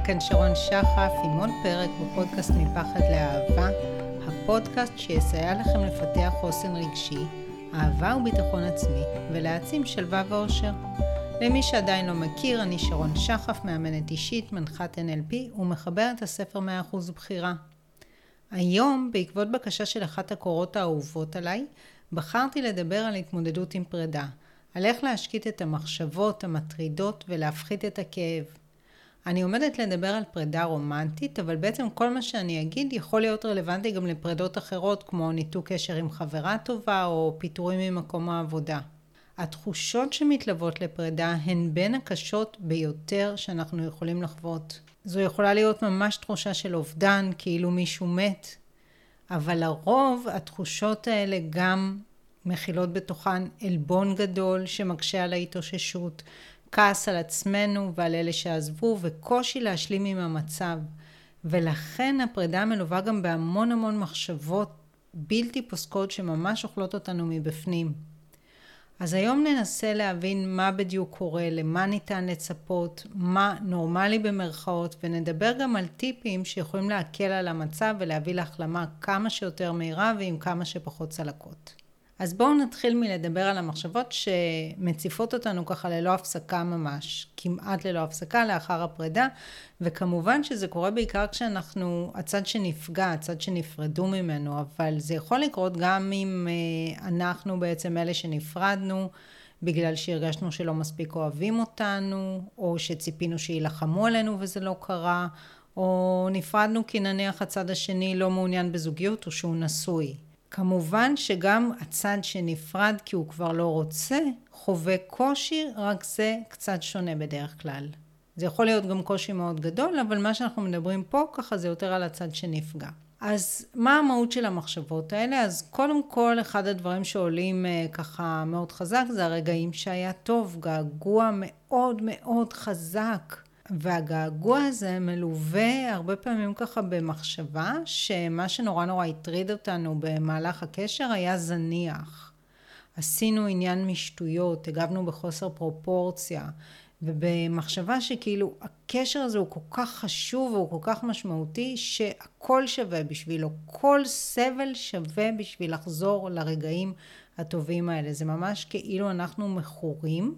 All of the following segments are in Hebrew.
כאן שרון שחף עם עוד פרק בפודקאסט מפחד לאהבה, הפודקאסט שיסייע לכם לפתח חוסן רגשי, אהבה וביטחון עצמי ולהעצים שלווה ואושר. למי שעדיין לא מכיר, אני שרון שחף, מאמנת אישית, מנחת NLP ומחברת הספר 100% בחירה. היום, בעקבות בקשה של אחת הקורות האהובות עליי, בחרתי לדבר על התמודדות עם פרידה, על איך להשקיט את המחשבות המטרידות ולהפחית את הכאב. אני עומדת לדבר על פרידה רומנטית, אבל בעצם כל מה שאני אגיד יכול להיות רלוונטי גם לפרידות אחרות, כמו ניתוק קשר עם חברה טובה או פיטורים ממקום העבודה. התחושות שמתלוות לפרידה הן בין הקשות ביותר שאנחנו יכולים לחוות. זו יכולה להיות ממש תחושה של אובדן, כאילו מישהו מת, אבל לרוב התחושות האלה גם מכילות בתוכן עלבון גדול שמקשה על ההתאוששות, כעס על עצמנו ועל אלה שעזבו וקושי להשלים עם המצב. ולכן הפרידה מלווה גם בהמון מחשבות בלתי פוסקות שממש אוכלות אותנו מבפנים. אז היום ננסה להבין מה בדיוק קורה, למה ניתן לצפות, מה נורמלי במרכאות, ונדבר גם על טיפים שיכולים להקל על המצב ולהביא להחלמה כמה שיותר מהירה ועם כמה שפחות צלקות. אז בואו נתחיל מלדבר על המחשבות שמציפות אותנו ככה ללא הפסקה ממש, כמעט ללא הפסקה לאחר הפרידה, וכמובן שזה קורה בעיקר כשאנחנו הצד שנפגע, הצד שנפרדו ממנו, אבל זה יכול לקרות גם אם אנחנו בעצם אלה שנפרדנו, בגלל שהרגשנו שלא מספיק אוהבים אותנו, או שציפינו שילחמו עלינו וזה לא קרה, או נפרדנו כי נניח הצד השני לא מעוניין בזוגיות או שהוא נשוי. כמובן שגם הצד שנפרד כי הוא כבר לא רוצה, חווה קושי, רק זה קצת שונה בדרך כלל. זה יכול להיות גם קושי מאוד גדול, אבל מה שאנחנו מדברים פה ככה זה יותר על הצד שנפגע. אז מה המהות של המחשבות האלה? אז קודם כל, אחד הדברים שעולים ככה מאוד חזק זה הרגעים שהיה טוב, געגוע מאוד חזק. והגעגוע הזה מלווה הרבה פעמים ככה במחשבה שמה שנורא הטריד אותנו במהלך הקשר היה זניח. עשינו עניין משטויות, הגבנו בחוסר פרופורציה, ובמחשבה שכאילו הקשר הזה הוא כל כך חשוב והוא כל כך משמעותי שהכל שווה בשבילו, כל סבל שווה בשביל לחזור לרגעים הטובים האלה. זה ממש כאילו אנחנו מכורים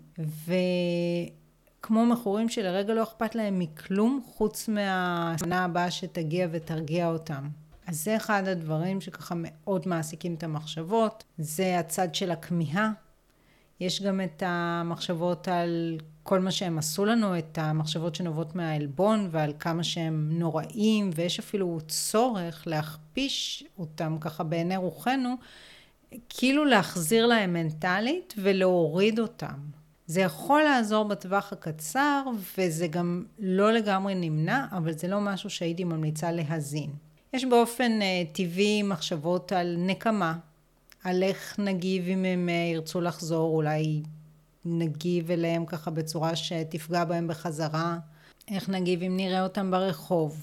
כמו מכורים שלרגע לא אכפת להם מכלום חוץ מהשנה הבאה שתגיע ותרגיע אותם. אז זה אחד הדברים שככה מאוד מעסיקים את המחשבות. זה הצד של הכמיהה. יש גם את המחשבות על כל מה שהם עשו לנו, את המחשבות שנובעות מהעלבון ועל כמה שהם נוראים, ויש אפילו צורך להכפיש אותם ככה בעיני רוחנו, כאילו להחזיר להם מנטלית ולהוריד אותם. זה יכול לעזור בטווח הקצר, וזה גם לא לגמרי נמנע, אבל זה לא משהו שהייתי ממליצה להזין. יש באופן טבעי מחשבות על נקמה, על איך נגיב אם הם ירצו לחזור, אולי נגיב אליהם ככה בצורה שתפגע בהם בחזרה, איך נגיב אם נראה אותם ברחוב,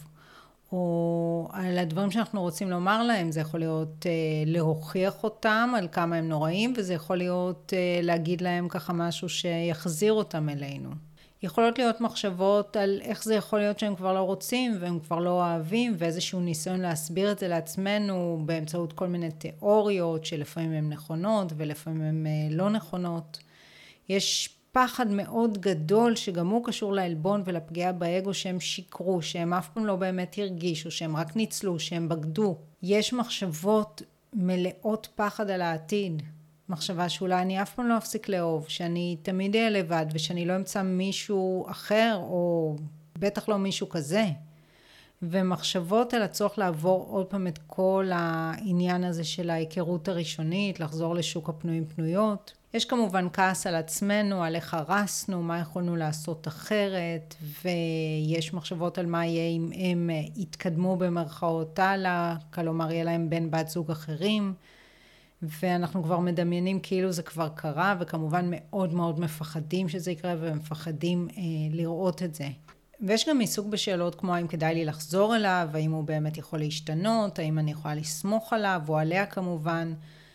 או על הדברים שאנחנו רוצים לומר להם. זה יכול להיות להוכיח אותם על כמה הם נוראים, וזה יכול להיות להגיד להם ככה משהו שיחזיר אותם אלינו. יכולות להיות מחשבות על איך זה יכול להיות שהם כבר לא רוצים והם כבר לא אוהבים, ואיזשהו ניסיון להסביר את זה לעצמנו באמצעות כל מיני תיאוריות שלפעמים הן נכונות ולפעמים הן לא נכונות. יש פחד מאוד גדול שגם הוא קשור לעלבון ולפגיעה באגו, שהם שיקרו, שהם אף פעם לא באמת הרגישו, שהם רק ניצלו, שהם בגדו. יש מחשבות מלאות פחד על העתיד. מחשבה שאולי אני אף פעם לא אפסיק לאהוב, שאני תמיד אהיה לבד ושאני לא אמצא מישהו אחר או בטח לא מישהו כזה. ומחשבות על הצורך לעבור עוד פעם את כל העניין הזה של ההיכרות הראשונית, לחזור לשוק הפנויים פנויות. יש כמובן כעס על עצמנו, על איך הרסנו, מה יכולנו לעשות אחרת, ויש מחשבות על מה יהיה אם הם יתקדמו במרכאות הלאה, כלומר יהיה להם בן בת זוג אחרים, ואנחנו כבר מדמיינים כאילו זה כבר קרה, וכמובן מאוד מפחדים שזה יקרה ומפחדים לראות את זה. ויש גם עיסוק בשאלות כמו האם כדאי לי לחזור אליו, האם הוא באמת יכול להשתנות, האם אני יכולה לסמוך עליו או עליה כמובן.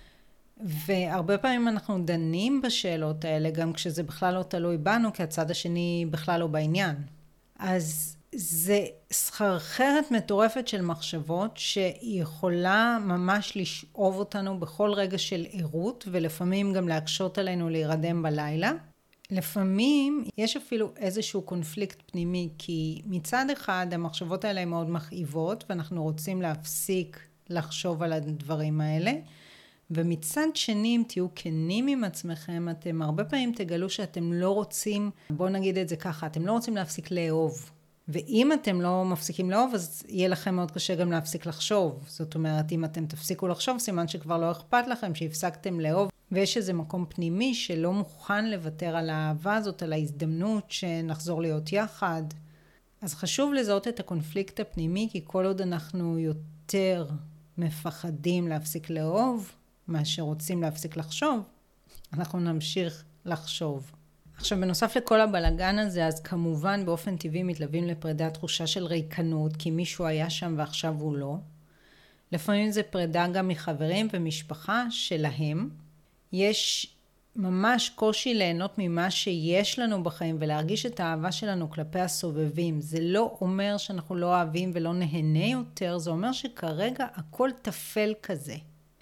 והרבה פעמים אנחנו דנים בשאלות האלה גם כשזה בכלל לא תלוי בנו, כי הצד השני בכלל לא בעניין. אז זה סחרחרת מטורפת של מחשבות שהיא יכולה ממש לשאוב אותנו בכל רגע של עירות, ולפעמים גם להקשות עלינו להירדם בלילה. לפעמים יש אפילו איזשהו קונפליקט פנימי, כי מצד אחד המחשבות האלה הן מאוד מכאיבות, ואנחנו רוצים להפסיק לחשוב על הדברים האלה, ומצד שני, אם תהיו כנים עם עצמכם, אתם הרבה פעמים תגלו שאתם לא רוצים, בואו נגיד את זה ככה, אתם לא רוצים להפסיק לאהוב. ואם אתם לא מפסיקים לאהוב, אז יהיה לכם מאוד קשה גם להפסיק לחשוב. זאת אומרת, אם אתם תפסיקו לחשוב, סימן שכבר לא אכפת לכם, שהפסקתם לאהוב. ויש איזה מקום פנימי שלא מוכן לוותר על האהבה הזאת, על ההזדמנות שנחזור להיות יחד. אז חשוב לזהות את הקונפליקט הפנימי, כי כל עוד אנחנו יותר מפחדים להפסיק לאהוב, מאשר רוצים להפסיק לחשוב, אנחנו נמשיך לחשוב. עכשיו, בנוסף לכל הבלגן הזה, אז כמובן באופן טבעי מתלווים לפרידה תחושה של ריקנות, כי מישהו היה שם ועכשיו הוא לא. לפעמים זה פרידה גם מחברים ומשפחה שלהם. יש ממש קושי ליהנות ממה שיש לנו בחיים ולהרגיש את האהבה שלנו כלפי הסובבים. זה לא אומר שאנחנו לא אוהבים ולא נהנה יותר, זה אומר שכרגע הכל תפל כזה.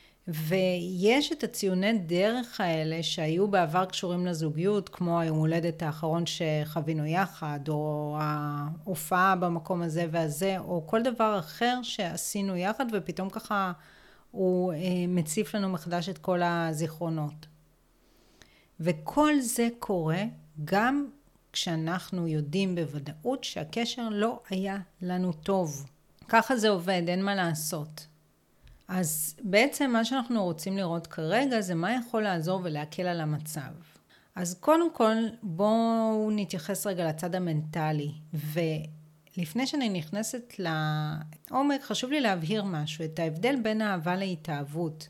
ויש את הציוני דרך האלה שהיו בעבר קשורים לזוגיות, כמו היום הולדת האחרון שחווינו יחד, או ההופעה במקום הזה והזה, או כל דבר אחר שעשינו יחד, ופתאום ככה הוא מציף לנו מחדש את כל הזיכרונות. וכל זה קורה גם כשאנחנו יודעים בוודאות שהקשר לא היה לנו טוב. ככה זה עובד, אין מה לעשות. אז בעצם מה שאנחנו רוצים לראות כרגע זה מה יכול לעזור ולהקל על המצב. אז קודם כל בואו נתייחס רגע לצד המנטלי, ולפני שאני נכנסת לעומק חשוב לי להבהיר משהו, את ההבדל בין אהבה להתאהבות,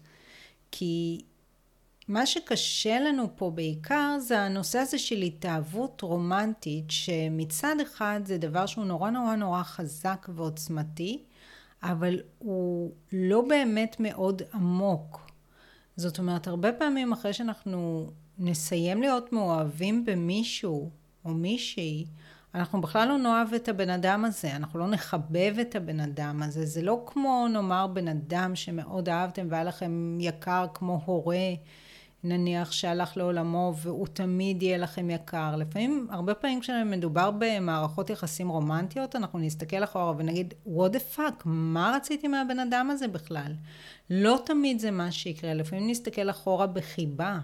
כי מה שקשה לנו פה בעיקר זה הנושא הזה של התאהבות רומנטית, שמצד אחד זה דבר שהוא נורא נורא נורא חזק ועוצמתי, אבל הוא לא באמת מאוד עמוק. זאת אומרת, הרבה פעמים אחרי שאנחנו נסיים להיות מאוהבים במישהו או מישהי, אנחנו בכלל לא נאהב את הבן אדם הזה, אנחנו לא נחבב את הבן אדם הזה. זה לא כמו נאמר בן אדם שמאוד אהבתם והיה לכם יקר כמו הורה, נניח שהלך לעולמו והוא תמיד יהיה לכם יקר. לפעמים, הרבה פעמים כשמדובר במערכות יחסים רומנטיות, אנחנו נסתכל אחורה ונגיד, what the fuck, מה רציתי מהבן אדם הזה בכלל? לא תמיד זה מה שיקרה, לפעמים נסתכל אחורה בחיבה.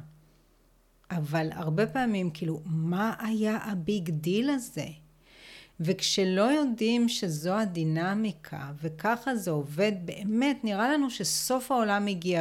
אבל הרבה פעמים, כאילו, מה היה הביג דיל הזה? וכשלא יודעים שזו הדינמיקה, וככה זה עובד, באמת נראה לנו שסוף העולם הגיע,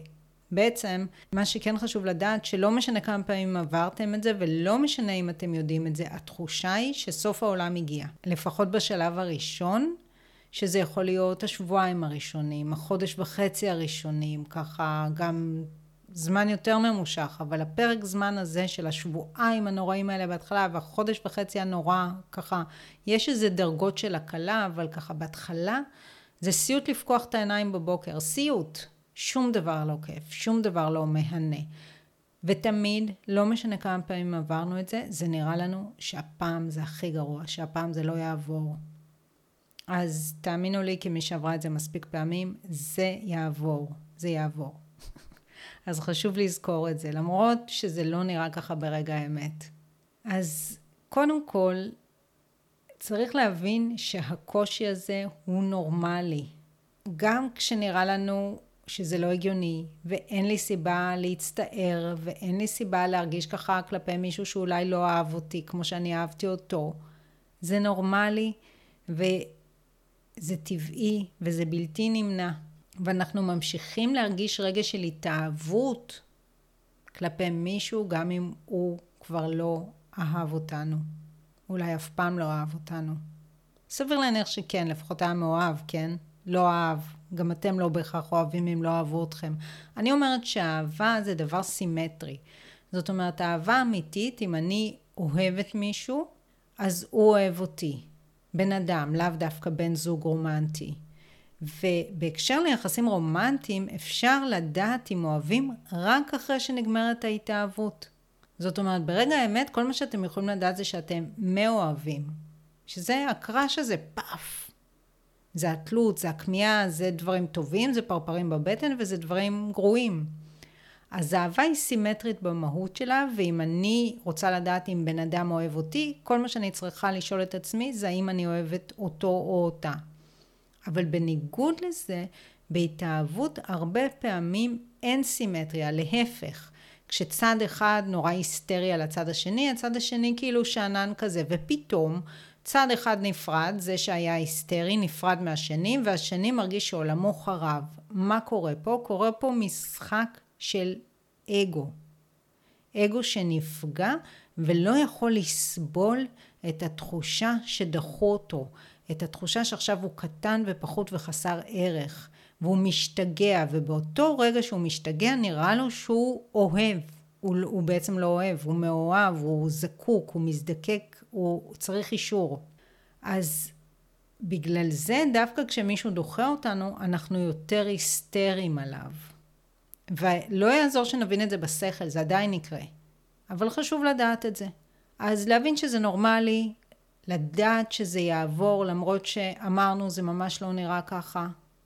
בעצם, מה שכן חשוב לדעת, שלא משנה כמה פעמים עברתם את זה, ולא משנה אם אתם יודעים את זה, התחושה היא שסוף העולם הגיע. לפחות בשלב הראשון, שזה יכול להיות השבועיים הראשונים, החודש וחצי הראשונים, ככה גם זמן יותר ממושך, אבל הפרק זמן הזה של השבועיים הנוראים האלה בהתחלה, והחודש וחצי הנורא, ככה, יש איזה דרגות של הקלה, אבל ככה בהתחלה, זה סיוט לפקוח את העיניים בבוקר, סיוט. שום דבר לא כיף, שום דבר לא מהנה. ותמיד, לא משנה כמה פעמים עברנו את זה, זה נראה לנו שהפעם זה הכי גרוע, שהפעם זה לא יעבור. אז תאמינו לי, כמי שעברה את זה מספיק פעמים, זה יעבור, זה יעבור. אז חשוב לזכור את זה, למרות שזה לא נראה ככה ברגע האמת. אז קודם כל, צריך להבין שהקושי הזה הוא נורמלי. גם כשנראה לנו שזה לא הגיוני, ואין לי סיבה להצטער, ואין לי סיבה להרגיש ככה כלפי מישהו שאולי לא אהב אותי, כמו שאני אהבתי אותו. זה נורמלי, וזה טבעי, וזה בלתי נמנע. ואנחנו ממשיכים להרגיש רגע של התאהבות כלפי מישהו, גם אם הוא כבר לא אהב אותנו. אולי אף פעם לא אהב אותנו. סביר להניח שכן, לפחות היה מאוהב, כן? לא אהב. גם אתם לא בהכרח אוהבים אם לא אהבו אתכם. אני אומרת שהאהבה זה דבר סימטרי. זאת אומרת, האהבה אמיתית, אם אני אוהבת מישהו, אז הוא אוהב אותי. בן אדם, לאו דווקא בן זוג רומנטי. ובהקשר ליחסים רומנטיים, אפשר לדעת אם אוהבים רק אחרי שנגמרת ההתאהבות. זאת אומרת, ברגע האמת, כל מה שאתם יכולים לדעת זה שאתם מאוהבים. שזה הקרש הזה, פאף. זה התלות, זה הכמיהה, זה דברים טובים, זה פרפרים בבטן וזה דברים גרועים. אז האהבה היא סימטרית במהות שלה, ואם אני רוצה לדעת אם בן אדם אוהב אותי, כל מה שאני צריכה לשאול את עצמי זה האם אני אוהבת אותו או אותה. אבל בניגוד לזה, בהתאהבות הרבה פעמים אין סימטריה, להפך. כשצד אחד נורא היסטרי על הצד השני, הצד השני כאילו שענן כזה, ופתאום צד אחד נפרד, זה שהיה היסטרי נפרד מהשני, והשני מרגיש שעולמו חרב. מה קורה פה? קורה פה משחק של אגו. אגו שנפגע ולא יכול לסבול את התחושה שדחו אותו. את התחושה שעכשיו הוא קטן ופחות וחסר ערך. והוא משתגע, ובאותו רגע שהוא משתגע נראה לו שהוא אוהב. הוא בעצם לא אוהב, הוא מאוהב, הוא זקוק, הוא מזדקק, הוא צריך אישור. אז בגלל זה דווקא כשמישהו דוחה אותנו, אנחנו יותר היסטריים עליו. ולא יעזור שנבין את זה בשכל, זה עדיין יקרה. אבל חשוב לדעת את זה. אז להבין שזה נורמלי, לדעת שזה יעבור, למרות שאמרנו זה ממש לא נראה ככה.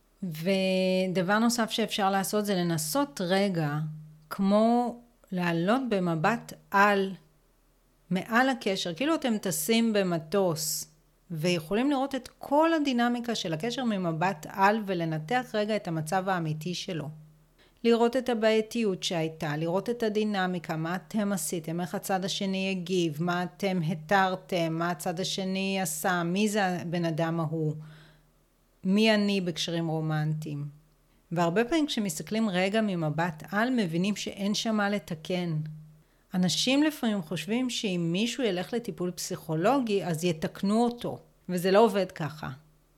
ודבר נוסף שאפשר לעשות זה לנסות רגע, כמו לעלות במבט על, מעל הקשר, כאילו אתם טסים במטוס, ויכולים לראות את כל הדינמיקה של הקשר ממבט על, ולנתח רגע את המצב האמיתי שלו. לראות את הבעייתיות שהייתה, לראות את הדינמיקה, מה אתם עשיתם, איך הצד השני הגיב, מה אתם התרתם, מה הצד השני עשה, מי זה הבן אדם ההוא, מי אני בקשרים רומנטיים. והרבה פעמים כשמסתכלים רגע ממבט על, מבינים שאין שם מה לתקן. אנשים לפעמים חושבים שאם מישהו ילך לטיפול פסיכולוגי, אז יתקנו אותו, וזה לא עובד ככה.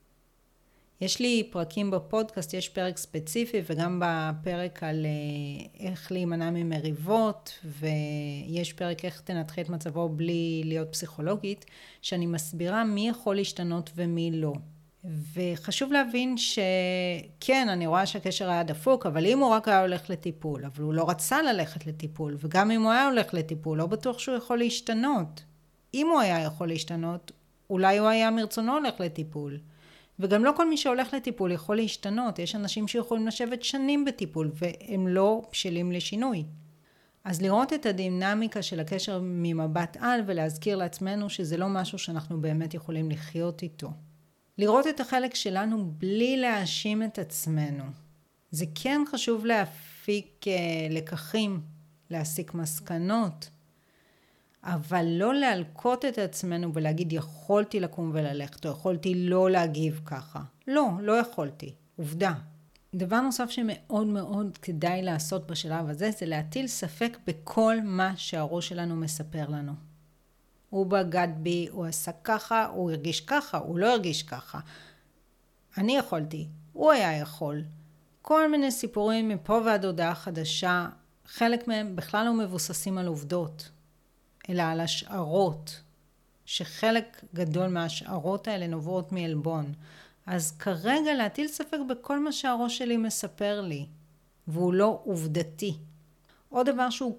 יש לי פרקים בפודקאסט, יש פרק ספציפי, וגם בפרק על איך להימנע ממריבות, ויש פרק איך תנתחי את מצבו בלי להיות פסיכולוגית, שאני מסבירה מי יכול להשתנות ומי לא. וחשוב להבין שכן, אני רואה שהקשר היה דפוק, אבל אם הוא רק היה הולך לטיפול, אבל הוא לא רצה ללכת לטיפול, וגם אם הוא היה הולך לטיפול, לא בטוח שהוא יכול להשתנות. אם הוא היה יכול להשתנות, אולי הוא היה מרצונו הולך לטיפול. וגם לא כל מי שהולך לטיפול יכול להשתנות. יש אנשים שיכולים לשבת שנים בטיפול, והם לא בשלים לשינוי. אז לראות את הדינמיקה של הקשר ממבט על, ולהזכיר לעצמנו שזה לא משהו שאנחנו באמת יכולים לחיות איתו. לראות את החלק שלנו בלי להאשים את עצמנו. זה כן חשוב להפיק לקחים, להסיק מסקנות, אבל לא להלקות את עצמנו ולהגיד יכולתי לקום וללכת, או יכולתי לא להגיב ככה. לא יכולתי. עובדה. דבר נוסף שמאוד מאוד כדאי לעשות בשלב הזה, זה להטיל ספק בכל מה שהראש שלנו מספר לנו. הוא בגד בי, הוא עשה ככה, הוא הרגיש ככה, הוא לא הרגיש ככה. אני יכולתי, הוא היה יכול. כל מיני סיפורים מפה ועד הודעה חדשה, חלק מהם בכלל לא מבוססים על עובדות, אלא על השערות, שחלק גדול מהשערות האלה נובעות מעלבון. אז כרגע להטיל ספק בכל מה שהראש שלי מספר לי, והוא לא עובדתי. עוד דבר שהוא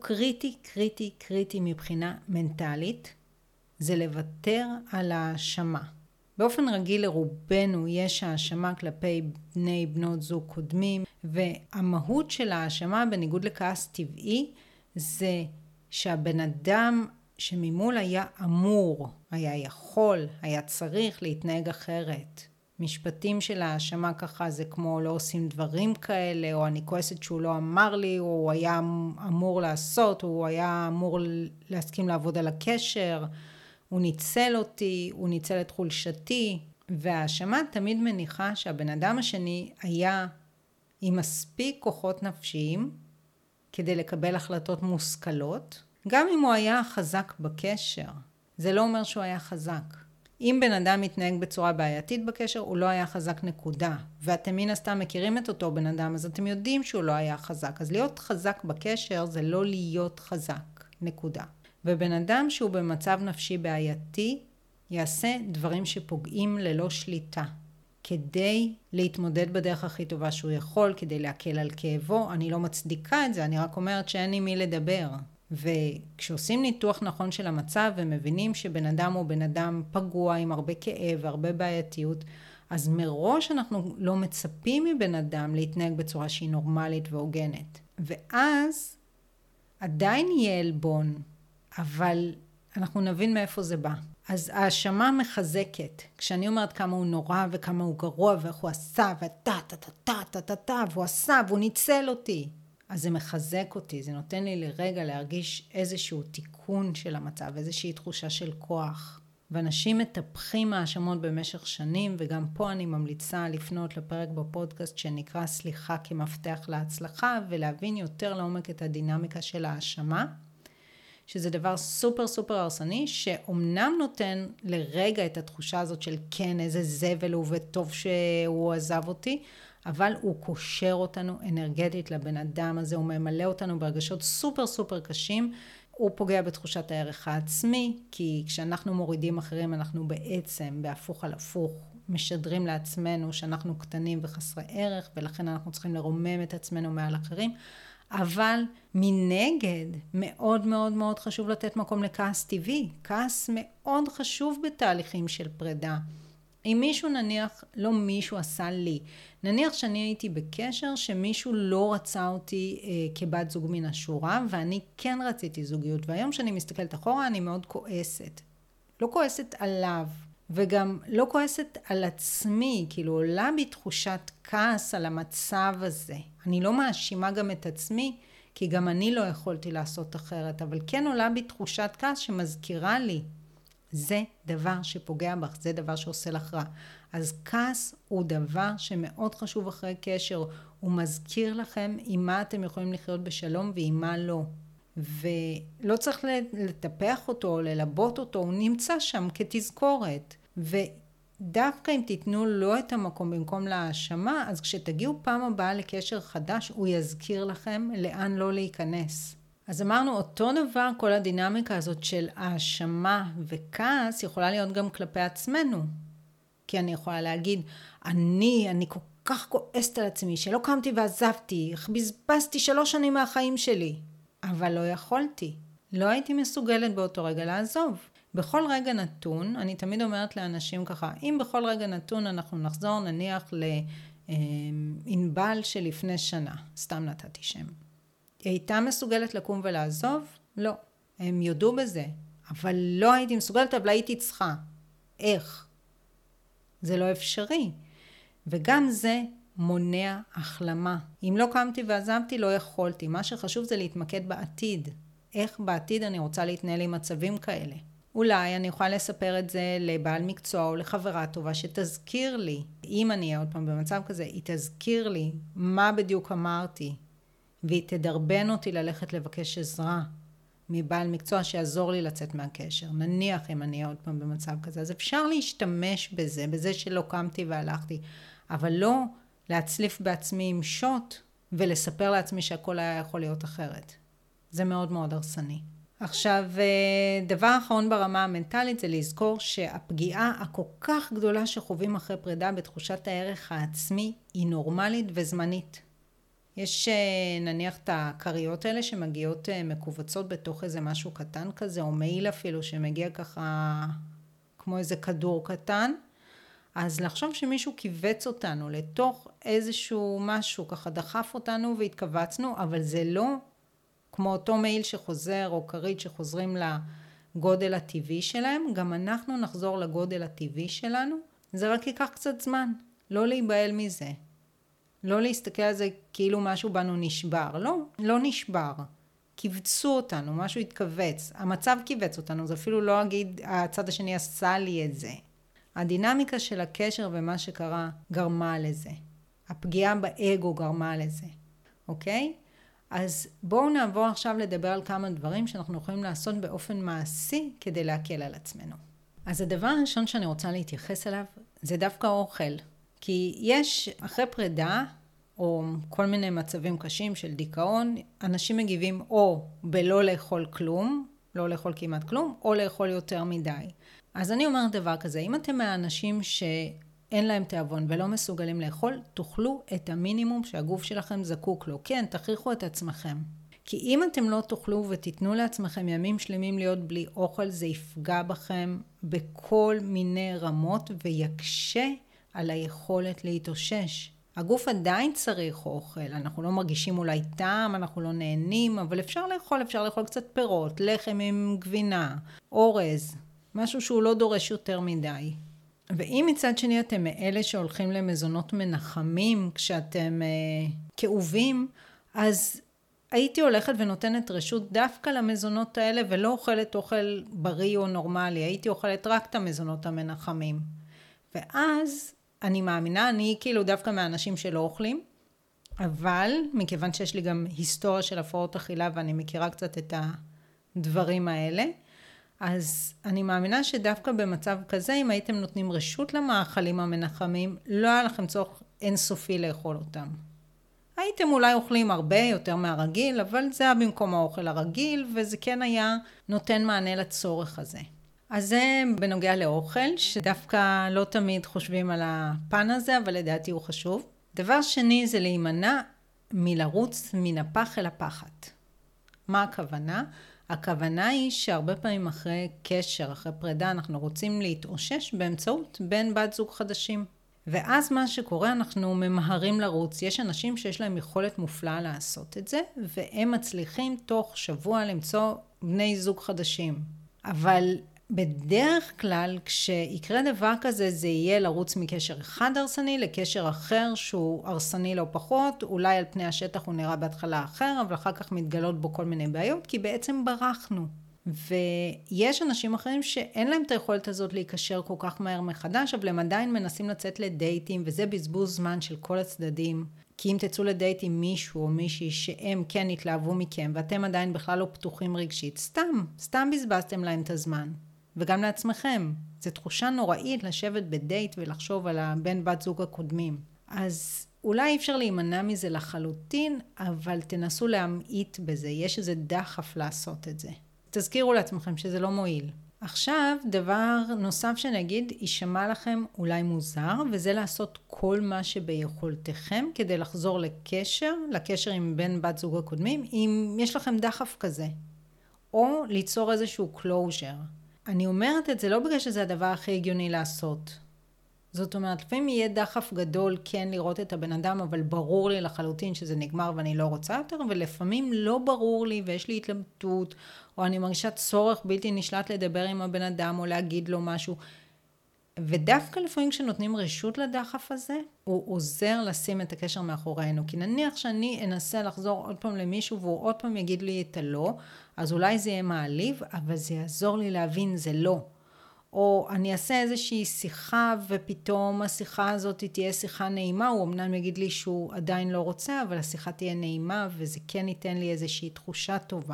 קריטי מבחינה מנטלית, זה לוותר על האשמה. באופן רגיל לרובנו יש האשמה כלפי בני בנות זוג קודמים, והמהות של האשמה בניגוד לכעס טבעי, זה שהבן אדם שממול היה אמור, היה יכול, היה צריך להתנהג אחרת. משפטים של האשמה ככה זה כמו לא עושים דברים כאלה, או אני כועסת שהוא לא אמר לי, או הוא היה אמור לעשות, או הוא היה אמור להסכים לעבוד על הקשר, הוא ניצל אותי, הוא ניצל את חולשתי, והאשמה תמיד מניחה שהבן אדם השני היה עם מספיק כוחות נפשיים כדי לקבל החלטות מושכלות, גם אם הוא היה חזק בקשר. זה לא אומר שהוא היה חזק. אם בן אדם מתנהג בצורה בעייתית בקשר, הוא לא היה חזק נקודה. ואתם מן הסתם מכירים את אותו בן אדם, אז אתם יודעים שהוא לא היה חזק. אז להיות חזק בקשר זה לא להיות חזק, נקודה. ובן אדם שהוא במצב נפשי בעייתי, יעשה דברים שפוגעים ללא שליטה. כדי להתמודד בדרך הכי טובה שהוא יכול, כדי להקל על כאבו. אני לא מצדיקה את זה, אני רק אומרת שאין עם מי לדבר. וכשעושים ניתוח נכון של המצב ומבינים שבן אדם הוא בן אדם פגוע עם הרבה כאב והרבה בעייתיות, אז מראש אנחנו לא מצפים מבן אדם להתנהג בצורה שהיא נורמלית והוגנת. ואז עדיין יהיה עלבון, אבל אנחנו נבין מאיפה זה בא. אז האשמה מחזקת. כשאני אומרת כמה הוא נורא וכמה הוא גרוע ואיך הוא עשה והוא עשה והוא ניצל אותי. אז זה מחזק אותי, זה נותן לי לרגע להרגיש איזשהו תיקון של המצב, איזושהי תחושה של כוח. ואנשים מטפחים האשמות במשך שנים, וגם פה אני ממליצה לפנות לפרק בפודקאסט שנקרא סליחה כמפתח להצלחה, ולהבין יותר לעומק את הדינמיקה של האשמה, שזה דבר סופר סופר הרסני, שאומנם נותן לרגע את התחושה הזאת של כן, איזה זבל הוא וטוב שהוא עזב אותי, אבל הוא קושר אותנו אנרגטית לבן אדם הזה, הוא ממלא אותנו בהרגשות סופר סופר קשים, הוא פוגע בתחושת הערך העצמי, כי כשאנחנו מורידים אחרים אנחנו בעצם בהפוך על הפוך, משדרים לעצמנו שאנחנו קטנים וחסרי ערך, ולכן אנחנו צריכים לרומם את עצמנו מעל אחרים, אבל מנגד מאוד מאוד מאוד חשוב לתת מקום לכעס טבעי, כעס מאוד חשוב בתהליכים של פרידה. אם מישהו נניח, לא מישהו עשה לי, נניח שאני הייתי בקשר שמישהו לא רצה אותי כבת זוג מן השורה, ואני כן רציתי זוגיות, והיום שאני מסתכלת אחורה אני מאוד כועסת. לא כועסת עליו, וגם לא כועסת על עצמי, כאילו עולה בי תחושת כעס על המצב הזה. אני לא מאשימה גם את עצמי, כי גם אני לא יכולתי לעשות אחרת, אבל כן עולה בי תחושת כעס שמזכירה לי, זה דבר שפוגע בך, זה דבר שעושה לך רע. אז כעס הוא דבר שמאוד חשוב אחרי קשר, הוא מזכיר לכם עם מה אתם יכולים לחיות בשלום ועם מה לא. ולא צריך לטפח אותו או ללבות אותו, הוא נמצא שם כתזכורת. ודווקא אם תיתנו לו את המקום במקום להאשמה, אז כשתגיעו פעם הבאה לקשר חדש, הוא יזכיר לכם לאן לא להיכנס. אז אמרנו אותו דבר, כל הדינמיקה הזאת של האשמה וכעס יכולה להיות גם כלפי עצמנו. כי אני יכולה להגיד, אני כל כך כועסת על עצמי, שלא קמתי ועזבתי, איך בזבזתי 3 שנים מהחיים שלי. אבל לא יכולתי. לא הייתי מסוגלת באותו רגע לעזוב. בכל רגע נתון, אני תמיד אומרת לאנשים ככה, אם בכל רגע נתון אנחנו נחזור נניח לאינבל שלפני שנה, סתם נתתי שם. היא הייתה מסוגלת לקום ולעזוב? לא. הם יודו בזה. אבל לא הייתי מסוגלת, אבל הייתי צריכה. איך? זה לא אפשרי. וגם זה מונע החלמה. אם לא קמתי ועזבתי, לא יכולתי. מה שחשוב זה להתמקד בעתיד. איך בעתיד אני רוצה להתנהל עם מצבים כאלה. אולי אני יכולה לספר את זה לבעל מקצוע או לחברה טובה שתזכיר לי. אם אני אהיה עוד פעם במצב כזה, היא תזכיר לי מה בדיוק אמרתי. והיא תדרבן אותי ללכת לבקש עזרה מבעל מקצוע שיעזור לי לצאת מהקשר. נניח אם אני אהיה עוד פעם במצב כזה. אז אפשר להשתמש בזה שלא קמתי והלכתי. אבל לא להצליף בעצמי עם שוט ולספר לעצמי שהכל היה יכול להיות אחרת. זה מאוד מאוד הרסני. עכשיו, דבר אחרון ברמה המנטלית זה לזכור שהפגיעה הכל כך גדולה שחווים אחרי פרידה בתחושת הערך העצמי היא נורמלית וזמנית. יש נניח את הקריות האלה שמגיעות מקובצות בתוך איזה משהו קטן כזה, או מעיל אפילו שמגיע ככה כמו איזה כדור קטן, אז לחשוב שמישהו קיבץ אותנו לתוך איזשהו משהו, ככה דחף אותנו והתכווצנו, אבל זה לא כמו אותו מעיל שחוזר או כרית שחוזרים לגודל הטבעי שלהם, גם אנחנו נחזור לגודל הטבעי שלנו, זה רק ייקח קצת זמן, לא להיבהל מזה. לא להסתכל על זה כאילו משהו בנו נשבר. לא נשבר. קיבצו אותנו, משהו התכווץ. המצב קיבץ אותנו, זה אפילו לא אגיד, הצד השני עשה לי את זה. הדינמיקה של הקשר ומה שקרה גרמה לזה. הפגיעה באגו גרמה לזה. אוקיי? אז בואו נעבור עכשיו לדבר על כמה דברים שאנחנו יכולים לעשות באופן מעשי כדי להקל על עצמנו. אז הדבר הראשון שאני רוצה להתייחס אליו זה דווקא אוכל. כי יש אחרי פרידה, או כל מיני מצבים קשים של דיכאון, אנשים מגיבים או בלא לאכול כלום, לא לאכול כמעט כלום, או לאכול יותר מדי. אז אני אומרת דבר כזה, אם אתם מהאנשים שאין להם תיאבון ולא מסוגלים לאכול, תאכלו את המינימום שהגוף שלכם זקוק לו. כן, תכריחו את עצמכם. כי אם אתם לא תאכלו ותיתנו לעצמכם ימים שלמים להיות בלי אוכל, זה יפגע בכם בכל מיני רמות ויקשה על היכולת להתאושש. הגוף עדיין צריך אוכל, אנחנו לא מרגישים אולי טעם, אנחנו לא נהנים, אבל אפשר לאכול קצת פירות, לחם עם גבינה, אורז, משהו שהוא לא דורש יותר מדי. ואם מצד שני אתם מאלה שהולכים למזונות מנחמים כשאתם כאובים, אז הייתי הולכת ונותנת רשות דווקא למזונות האלה ולא אוכלת אוכל בריא או נורמלי, הייתי אוכלת רק את המזונות המנחמים. ואז אני מאמינה, אני כאילו דווקא מהאנשים שלא אוכלים, אבל מכיוון שיש לי גם היסטוריה של הפרעות אכילה ואני מכירה קצת את הדברים האלה, אז אני מאמינה שדווקא במצב כזה, אם הייתם נותנים רשות למאכלים המנחמים, לא היה לכם צורך אינסופי לאכול אותם. הייתם אולי אוכלים הרבה יותר מהרגיל, אבל זה היה במקום האוכל הרגיל, וזה כן היה נותן מענה לצורך הזה. אז זה בנוגע לאוכל, שדווקא לא תמיד חושבים על הפן הזה, אבל לדעתי הוא חשוב. דבר שני זה להימנע מלרוץ מן הפח אל הפחת. מה הכוונה? הכוונה היא שהרבה פעמים אחרי קשר, אחרי פרידה, אנחנו רוצים להתאושש באמצעות בן בת זוג חדשים. ואז מה שקורה, אנחנו ממהרים לרוץ. יש אנשים שיש להם יכולת מופלאה לעשות את זה, והם מצליחים תוך שבוע למצוא בני זוג חדשים. אבל בדרך כלל, כשיקרה דבר כזה, זה יהיה לרוץ מקשר אחד הרסני לקשר אחר שהוא הרסני לא פחות. אולי על פני השטח הוא נראה בהתחלה אחר, אבל אחר כך מתגלות בו כל מיני בעיות, כי בעצם ברחנו. ויש אנשים אחרים שאין להם את היכולת הזאת להיקשר כל כך מהר מחדש, אבל הם עדיין מנסים לצאת לדייטים, וזה בזבוז זמן של כל הצדדים. כי אם תצאו לדייט עם מישהו או מישהי שהם כן התלהבו מכם, ואתם עדיין בכלל לא פתוחים רגשית, סתם בזבזתם להם את הזמן. וגם לעצמכם. זו תחושה נוראית לשבת בדייט ולחשוב על הבן בת זוג הקודמים. אז אולי אי אפשר להימנע מזה לחלוטין, אבל תנסו להמעיט בזה. יש איזה דחף לעשות את זה. תזכירו לעצמכם שזה לא מועיל. עכשיו, דבר נוסף שנגיד, יישמע לכם אולי מוזר, וזה לעשות כל מה שביכולתכם כדי לחזור לקשר עם בן בת זוג הקודמים, אם יש לכם דחף כזה. או ליצור איזשהו closure. אני אומרת את זה לא בגלל שזה הדבר הכי הגיוני לעשות. זאת אומרת, לפעמים יהיה דחף גדול כן לראות את הבן אדם, אבל ברור לי לחלוטין שזה נגמר ואני לא רוצה יותר, ולפעמים לא ברור לי ויש לי התלבטות, או אני מרגישה צורך בלתי נשלט לדבר עם הבן אדם או להגיד לו משהו. ודווקא לפעמים כשנותנים רשות לדחף הזה, הוא עוזר לשים את הקשר מאחורינו. כי נניח שאני אנסה לחזור עוד פעם למישהו והוא עוד פעם יגיד לי את הלא, אז אולי זה יהיה מעליב, אבל זה יעזור לי להבין זה לא. או אני אעשה איזושהי שיחה ופתאום השיחה הזאת תהיה שיחה נעימה, הוא אמנם יגיד לי שהוא עדיין לא רוצה, אבל השיחה תהיה נעימה וזה כן ייתן לי איזושהי תחושה טובה.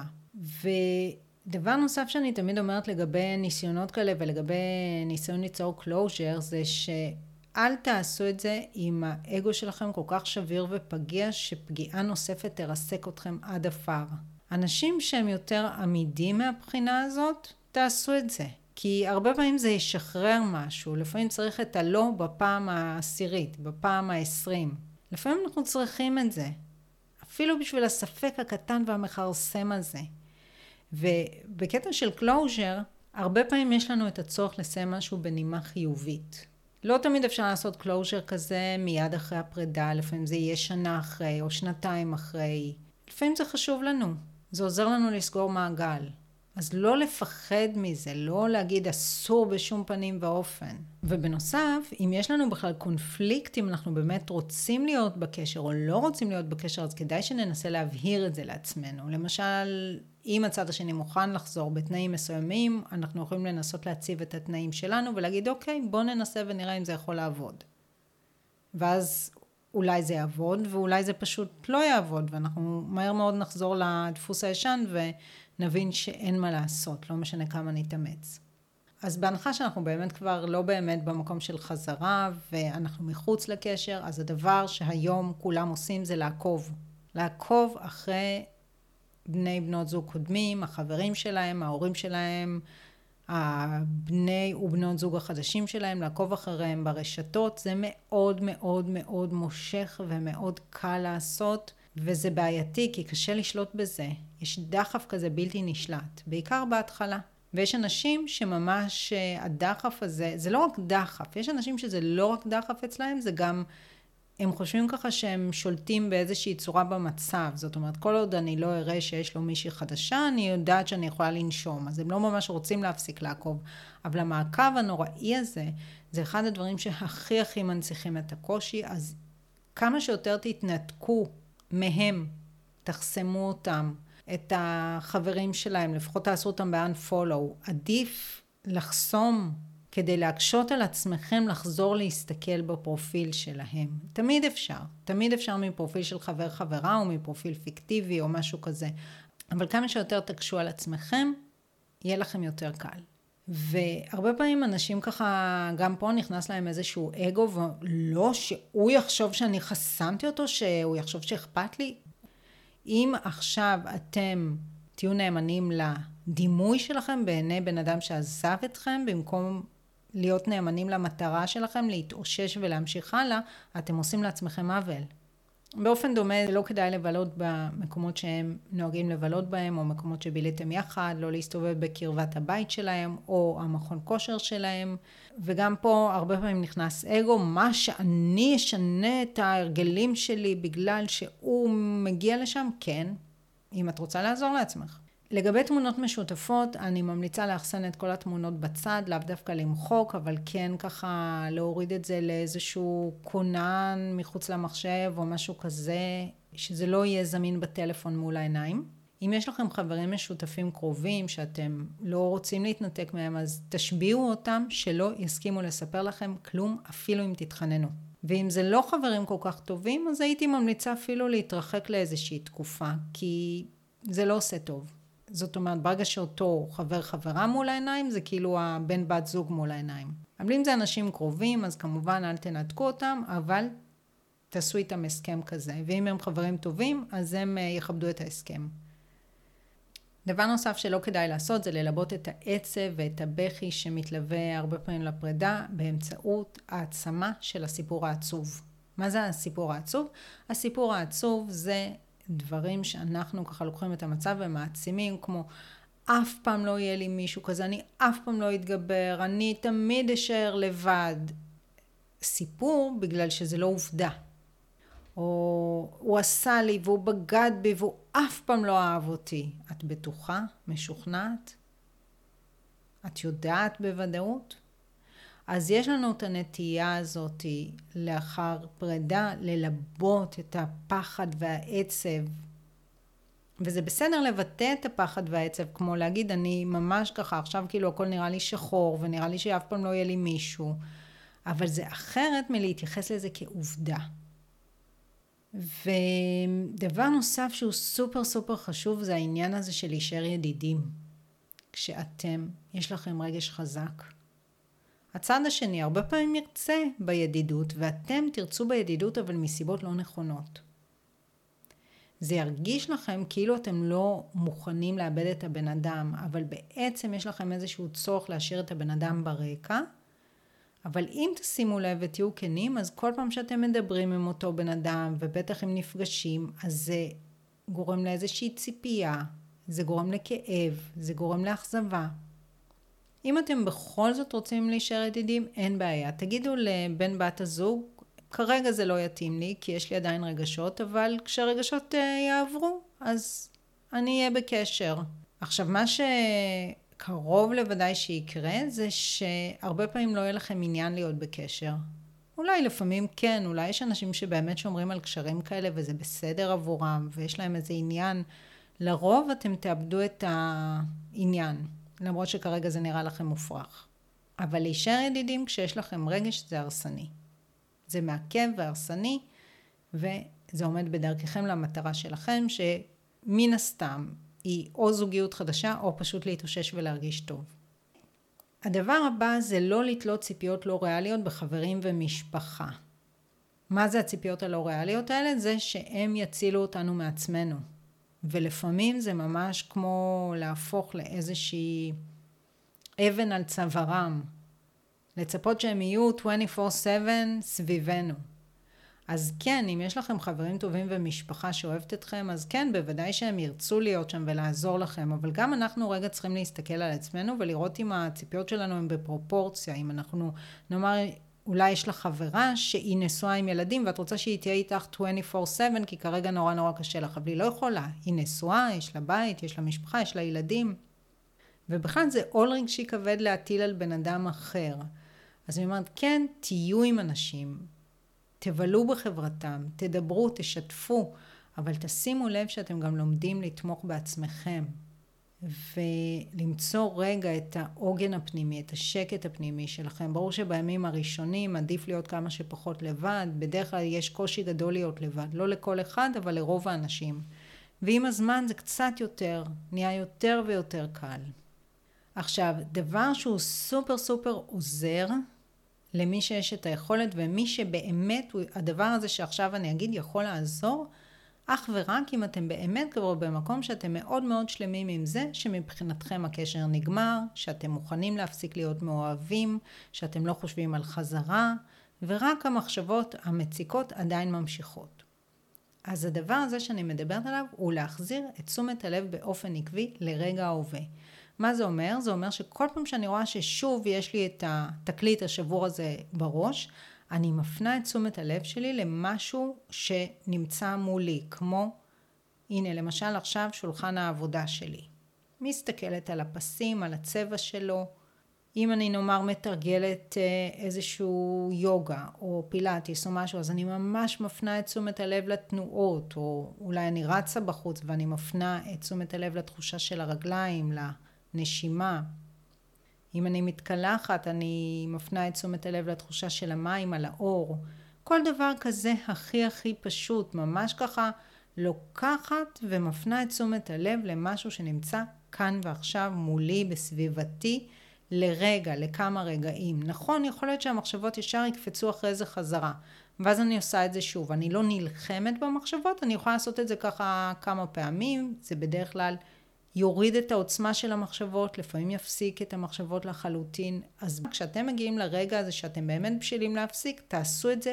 ודבר נוסף שאני תמיד אומרת לגבי ניסיונות כאלה ולגבי ניסיון ליצור closure, זה שאל תעשו את זה אם האגו שלכם כל כך שביר ופגיע, שפגיעה נוספת תרסק אתכם עד אפר. אנשים שהם יותר עמידים מהבחינה הזאת, תעשו את זה. כי הרבה פעמים זה ישחרר משהו, לפעמים צריך את הלא בפעם העשירית, בפעם ה-20. לפעמים אנחנו צריכים את זה, אפילו בשביל הספק הקטן והמחרסם הזה. ובקטע של closure, הרבה פעמים יש לנו את הצורך לסיים משהו בנימה חיובית. לא תמיד אפשר לעשות closure כזה מיד אחרי הפרידה, לפעמים זה יהיה שנה אחרי או שנתיים אחרי. לפעמים זה חשוב לנו, זה עוזר לנו לסגור מעגל. אז לא לפחד מזה, לא להגיד אסור בשום פנים ואופן. ובנוסף, אם יש לנו בכלל קונפליקט, אם אנחנו באמת רוצים להיות בקשר או לא רוצים להיות בקשר, אז כדאי שננסה להבהיר את זה לעצמנו. למשל, אם הצד השני מוכן לחזור בתנאים מסוימים, אנחנו יכולים לנסות להציב את התנאים שלנו ולהגיד, אוקיי, בוא ננסה ונראה אם זה יכול לעבוד. ואז אולי זה יעבוד ואולי זה פשוט לא יעבוד, ואנחנו מהר מאוד נחזור לדפוס הישן ונבין שאין מה לעשות, לא משנה כמה נתאמץ. אז בהנחה שאנחנו באמת כבר לא באמת במקום של חזרה ואנחנו מחוץ לקשר, אז הדבר שהיום כולם עושים זה לעקוב אחרי בני בנות זוג קודמים, החברים שלהם, ההורים שלהם, הבני ובנות זוג החדשים שלהם, לעקוב אחריהם ברשתות. זה מאוד מאוד מאוד מושך ומאוד קל לעשות, וזה בעייתי כי קשה לשלוט בזה. יש דחף כזה בלתי נשלט, בעיקר בהתחלה. ויש אנשים שממש הדחף הזה, זה לא רק דחף, יש אנשים שזה לא רק דחף אצלהם, זה גם, הם חושבים ככה שהם שולטים באיזושהי צורה במצב. זאת אומרת, כל עוד אני לא אראה שיש לו מישהי חדשה, אני יודעת שאני יכולה לנשום. אז הם לא ממש רוצים להפסיק לעקוב. אבל המעקב הנוראי הזה, זה אחד הדברים שהכי הכי מנציחים את הקושי. אז כמה שיותר תתנתקו מהם, תחסמו אותם, את החברים שלהם, לפחות תעשו אותם ב-unfollow. עדיף לחסום כדי להקשות על עצמכם לחזור להסתכל בפרופיל שלהם. תמיד אפשר מפרופיל של חברה או מפרופיל פיקטיבי או משהו כזה. אבל כמה שיותר תקשו על עצמכם, יהיה לכם יותר קל. והרבה פעמים אנשים ככה, גם פה נכנס להם איזשהו אגו, ולא שהוא יחשוב שאני חסמתי אותו, שהוא יחשוב שאכפת לי. אם עכשיו אתם תהיו נאמנים לדימוי שלכם בעיני בן אדם שעזב אתכם, במקום להיות נאמנים למטרה שלכם, להתאושש ולהמשיך הלאה, אתם עושים לעצמכם עוול. באופן דומה, לא כדאי לבלות במקומות שהם נוהגים לבלות בהם, או מקומות שביליתם יחד, לא להסתובב בקרבת הבית שלהם, או המכון כושר שלהם. וגם פה הרבה פעמים נכנס אגו, מה שאני אשנה את ההרגלים שלי בגלל שהוא מגיע לשם, כן, אם את רוצה לעזור לעצמך. לגבי תמונות משותפות, אני ממליצה לאחסן את כל התמונות בצד, לאו דווקא למחוק, אבל כן ככה להוריד את זה לאיזשהו כונן מחוץ למחשב או משהו כזה, שזה לא יהיה זמין בטלפון מול העיניים. אם יש לכם חברים משותפים קרובים שאתם לא רוצים להתנתק מהם, אז תשביעו אותם שלא יסכימו לספר לכם כלום, אפילו אם תתחננו. ואם זה לא חברים כל כך טובים, אז הייתי ממליצה אפילו להתרחק לאיזושהי תקופה, כי זה לא עושה טוב. זאת אומרת, ברגע שאותו חברה מול העיניים, זה כאילו הבן בת זוג מול העיניים. אבל אם זה אנשים קרובים, אז כמובן אל תנתקו אותם, אבל תעשו איתם הסכם כזה. ואם הם חברים טובים, אז הם יכבדו את ההסכם. דבר נוסף שלא כדאי לעשות, זה ללבות את העצב ואת הבכי שמתלווה הרבה פעמים לפרידה, באמצעות העצמה של הסיפור העצוב. מה זה הסיפור העצוב? הסיפור העצוב זה דברים שאנחנו ככה לוקחים את המצב ומעצימים, כמו אף פעם לא יהיה לי מישהו כזה, אני אף פעם לא אתגבר, אני תמיד אשאר לבד. סיפור בגלל שזה לא עובדה. או הוא עשה לי והוא בגד בי והוא אף פעם לא אהב אותי. את בטוחה? משוכנעת? את יודעת בוודאות? אז יש לנו את הנטייה הזאת לאחר פרידה ללבות את הפחד והעצב. וזה בסדר לבטא את הפחד והעצב, כמו להגיד אני ממש ככה, עכשיו כאילו הכל נראה לי שחור ונראה לי שאף פעם לא יהיה לי מישהו. אבל זה אחרת מלהתייחס לזה כעובדה. ודבר נוסף שהוא סופר סופר חשוב זה העניין הזה של להישאר ידידים. כשאתם, יש לכם רגש חזק. הצד השני הרבה פעמים ירצה בידידות, ואתם תרצו בידידות אבל מסיבות לא נכונות. זה ירגיש לכם כאילו אתם לא מוכנים לאבד את הבן אדם, אבל בעצם יש לכם איזשהו צורך להשאיר את הבן אדם ברקע, אבל אם תשימו לב ותהיו כנים, אז כל פעם שאתם מדברים עם אותו בן אדם, ובטח אם נפגשים, אז זה גורם לאיזושהי ציפייה, זה גורם לכאב, זה גורם לאכזבה. אם אתם בכל זאת רוצים להישאר ידידים, אין בעיה. תגידו לבן בת הזוג, כרגע זה לא יתאים לי, כי יש לי עדיין רגשות, אבל כשהרגשות יעברו, אז אני אהיה בקשר. עכשיו, מה שקרוב לוודאי שיקרה, זה שהרבה פעמים לא יהיה לכם עניין להיות בקשר. אולי לפעמים כן, אולי יש אנשים שבאמת שומרים על קשרים כאלה, וזה בסדר עבורם, ויש להם איזה עניין. לרוב אתם תאבדו את העניין. למרות שכרגע זה נראה לכם מופרך. אבל להישאר ידידים כשיש לכם רגש זה הרסני. זה מעכב והרסני, וזה עומד בדרככם למטרה שלכם, שמן הסתם היא או זוגיות חדשה, או פשוט להתאושש ולהרגיש טוב. הדבר הבא זה לא לתלות ציפיות לא ריאליות בחברים ומשפחה. מה זה הציפיות הלא ריאליות האלה? זה שהם יצילו אותנו מעצמנו. ולפעמים זה ממש כמו להפוך לאיזושהי אבן על צווארם. לצפות שהם יהיו 24/7 סביבנו. אז כן, אם יש לכם חברים טובים ומשפחה שאוהבת אתכם, אז כן, בוודאי שהם ירצו להיות שם ולעזור לכם, אבל גם אנחנו רגע צריכים להסתכל על עצמנו ולראות אם הציפיות שלנו הן בפרופורציה, אם אנחנו נאמר, אולי יש לך חברה שהיא נשואה עם ילדים ואת רוצה שהיא תהיה איתך 24/7 כי כרגע נורא קשה לך, אבל היא לא יכולה, היא נשואה, יש לה בית, יש לה משפחה, יש לה ילדים, ובכלל זה עול רגשי כבד להטיל על בן אדם אחר. אז אני אומרת, כן, תהיו עם אנשים, תבלו בחברתם, תדברו, תשתפו, אבל תשימו לב שאתם גם לומדים לתמוך בעצמכם, ולמצוא רגע את העוגן הפנימי, את השקט הפנימי שלכם. ברור שבימים הראשונים עדיף להיות כמה שפחות לבד, בדרך כלל יש קושי גדול להיות לבד, לא לכל אחד, אבל לרוב האנשים. ועם הזמן זה קצת יותר, נהיה יותר ויותר קל. עכשיו, דבר שהוא סופר עוזר, למי שיש את היכולת, ומי שבאמת, הדבר הזה שעכשיו אני אגיד יכול לעזור, אך ורק אם אתם באמת כבר במקום שאתם מאוד שלמים עם זה, שמבחינתכם הקשר נגמר, שאתם מוכנים להפסיק להיות מאוהבים, שאתם לא חושבים על חזרה, ורק המחשבות המציקות עדיין ממשיכות. אז הדבר הזה שאני מדברת עליו, הוא להחזיר את תשומת הלב באופן עקבי לרגע ההווה. מה זה אומר? זה אומר שכל פעם שאני רואה ששוב יש לי את התקליט השבור הזה בראש, אני מפנה את תשומת הלב שלי למשהו שנמצא מולי, כמו, הנה למשל עכשיו שולחן העבודה שלי. מסתכלת על הפסים, על הצבע שלו. אם אני נאמר מתרגלת איזשהו יוגה או פילאטיס או משהו, אז אני ממש מפנה את תשומת הלב לתנועות, או אולי אני רצה בחוץ ואני מפנה את תשומת הלב לתחושה של הרגליים, נשימה. אם אני מתקלחת, אני מפנה את תשומת הלב לתחושה של המים על האור. כל דבר כזה הכי פשוט, ממש ככה לוקחת ומפנה את תשומת הלב למשהו שנמצא כאן ועכשיו מולי בסביבתי לרגע, לכמה רגעים. נכון, יכול להיות שהמחשבות ישר יקפצו אחרי זה חזרה, ואז אני עושה את זה שוב. אני לא נלחמת במחשבות, אני יכולה לעשות את זה ככה כמה פעמים, זה בדרך כלל יוריד את העוצמה של המחשבות, לפעמים יפסיק את המחשבות לחלוטין. אז כשאתם מגיעים לרגע הזה שאתם באמת בשלים להפסיק, תעשו את זה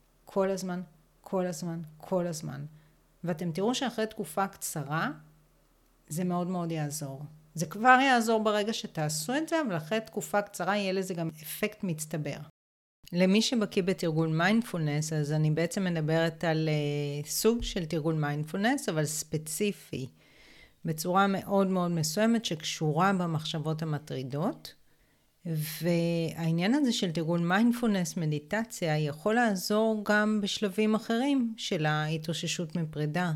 כל הזמן. ואתם תראו שאחרי תקופה קצרה, זה מאוד יעזור. זה כבר יעזור ברגע שתעשו את זה, אבל אחרי תקופה קצרה יהיה לזה גם אפקט מצטבר. למי שבקיא בתרגול מיינדפולנס, אז אני בעצם מדברת על סוג של תרגול מיינדפולנס, אבל ספציפי. בצורה מאוד מסוימת שקשורה במחשבות המטרידות, והעניין הזה של תרגול מיינדפולנס, מדיטציה, יכול לעזור גם בשלבים אחרים של ההתאוששות מפרידה.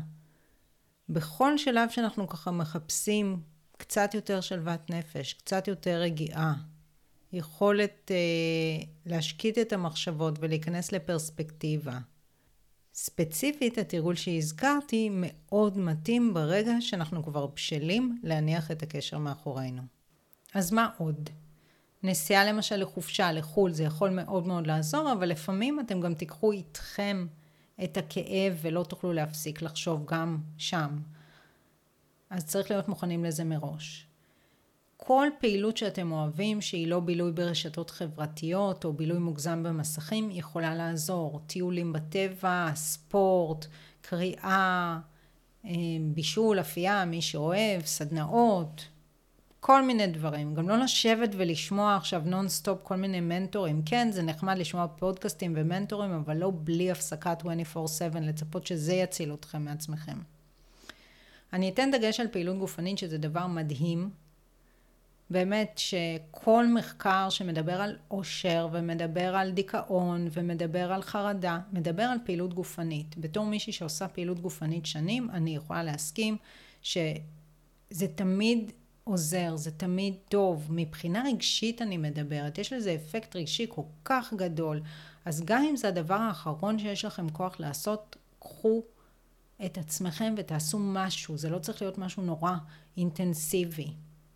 בכל שלב שאנחנו ככה מחפשים קצת יותר שלוות נפש, קצת יותר רגיעה, יכולת להשקיט את המחשבות ולהיכנס לפרספקטיבה. ספציפית, התרגול שהזכרתי מאוד מתאים ברגע שאנחנו כבר בשלים להניח את הקשר מאחורינו. אז מה עוד? נסיעה למשל לחופשה, לחול, זה יכול מאוד לעזור, אבל לפעמים אתם גם תיקחו איתכם את הכאב ולא תוכלו להפסיק לחשוב גם שם. אז צריך להיות מוכנים לזה מראש. כל פעילות שאתם אוהבים, שהיא לא בילוי ברשתות חברתיות או בילוי מוגזם במסכים, יכולה לעזור. טיולים בטבע, ספורט, קריאה, בישול, אפייה, מי שאוהב, סדנאות, כל מיני דברים. גם לא לשבת ולשמוע עכשיו נון-סטופ כל מיני מנטורים. כן, זה נחמד לשמוע פודקאסטים ומנטורים, אבל לא בלי הפסקה 24/7, לצפות שזה יציל אתכם מעצמכם. אני אתן דגש על פעילות גופנית, שזה דבר מדהים. באמת שכל מחקר שמדבר על אושר ומדבר על דיכאון ומדבר על חרדה, מדבר על פעילות גופנית. בתור מישהי שעושה פעילות גופנית שנים, אני יכולה להסכים שזה תמיד עוזר, זה תמיד טוב. מבחינה רגשית אני מדברת, יש לזה אפקט רגשי כל כך גדול. אז גם אם זה הדבר האחרון שיש לכם כוח לעשות, קחו את עצמכם ותעשו משהו. זה לא צריך להיות משהו נורא אינטנסיבי.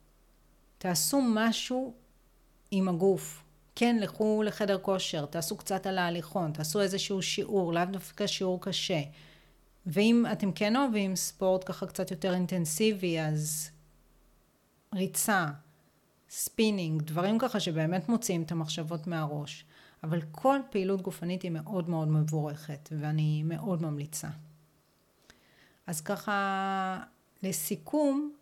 תעשו משהו עם הגוף. כן, לכו לחדר כושר, תעשו קצת על ההליכון, תעשו איזשהו שיעור, לאו דווקא שיעור קשה. ואם אתם כן אוהבים ספורט ככה קצת יותר אינטנסיבי, אז ריצה, ספינינג, דברים ככה שבאמת מוציאים את המחשבות מהראש. אבל כל פעילות גופנית היא מאוד מאוד מבורכת, ואני מאוד ממליצה. אז ככה, לסיכום,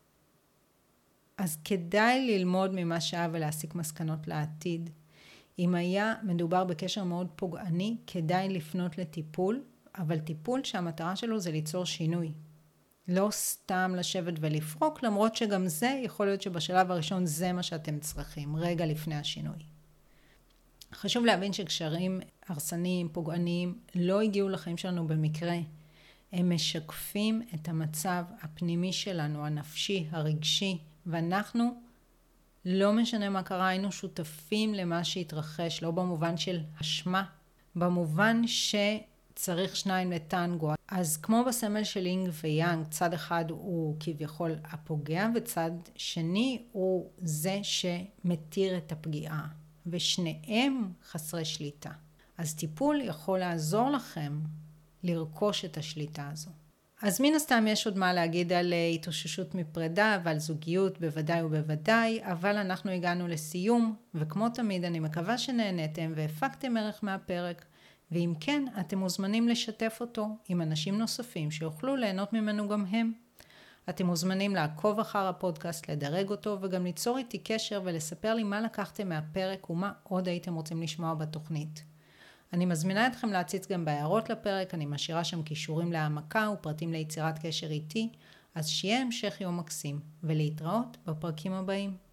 אז כדאי ללמוד ממה שהיה ולהסיק מסקנות לעתיד. אם היה מדובר בקשר מאוד פוגעני, כדאי לפנות לטיפול, אבל טיפול שהמטרה שלו זה ליצור שינוי. לא סתם לשבת ולפרוק, למרות שגם זה יכול להיות שבשלב הראשון זה מה שאתם צריכים, רגע לפני השינוי. חשוב להבין שקשרים הרסניים, פוגעניים, לא הגיעו לחיים שלנו במקרה. הם משקפים את המצב הפנימי שלנו, הנפשי, הרגשי, ואנחנו, לא משנה מה קרה, היינו שותפים למה שהתרחש, לא במובן של אשמה, במובן שצריך שניים לטנגו. אז כמו בסמל של אינג ויאנג, צד אחד הוא כביכול הפוגע, וצד שני הוא זה שמתיר את הפגיעה, ושניהם חסרי שליטה. אז טיפול יכול לעזור לכם לרכוש את השליטה הזו. אז מן הסתם יש עוד מה להגיד על התאוששות מפרידה ועל זוגיות בוודאי ובוודאי, אבל אנחנו הגענו לסיום, וכמו תמיד אני מקווה שנהנתם והפקתם ערך מהפרק, ואם כן, אתם מוזמנים לשתף אותו עם אנשים נוספים שיוכלו ליהנות ממנו גם הם. אתם מוזמנים לעקוב אחר הפודקאסט, לדרג אותו וגם ליצור איתי קשר ולספר לי מה לקחתם מהפרק ומה עוד הייתם רוצים לשמוע בתוכנית. אני מזמינה אתכם להציץ גם בהערות לפרק, אני משאירה שם קישורים להעמקה ופרטים ליצירת קשר איתי, אז שיהיה המשך יום מקסים, ולהתראות בפרקים הבאים.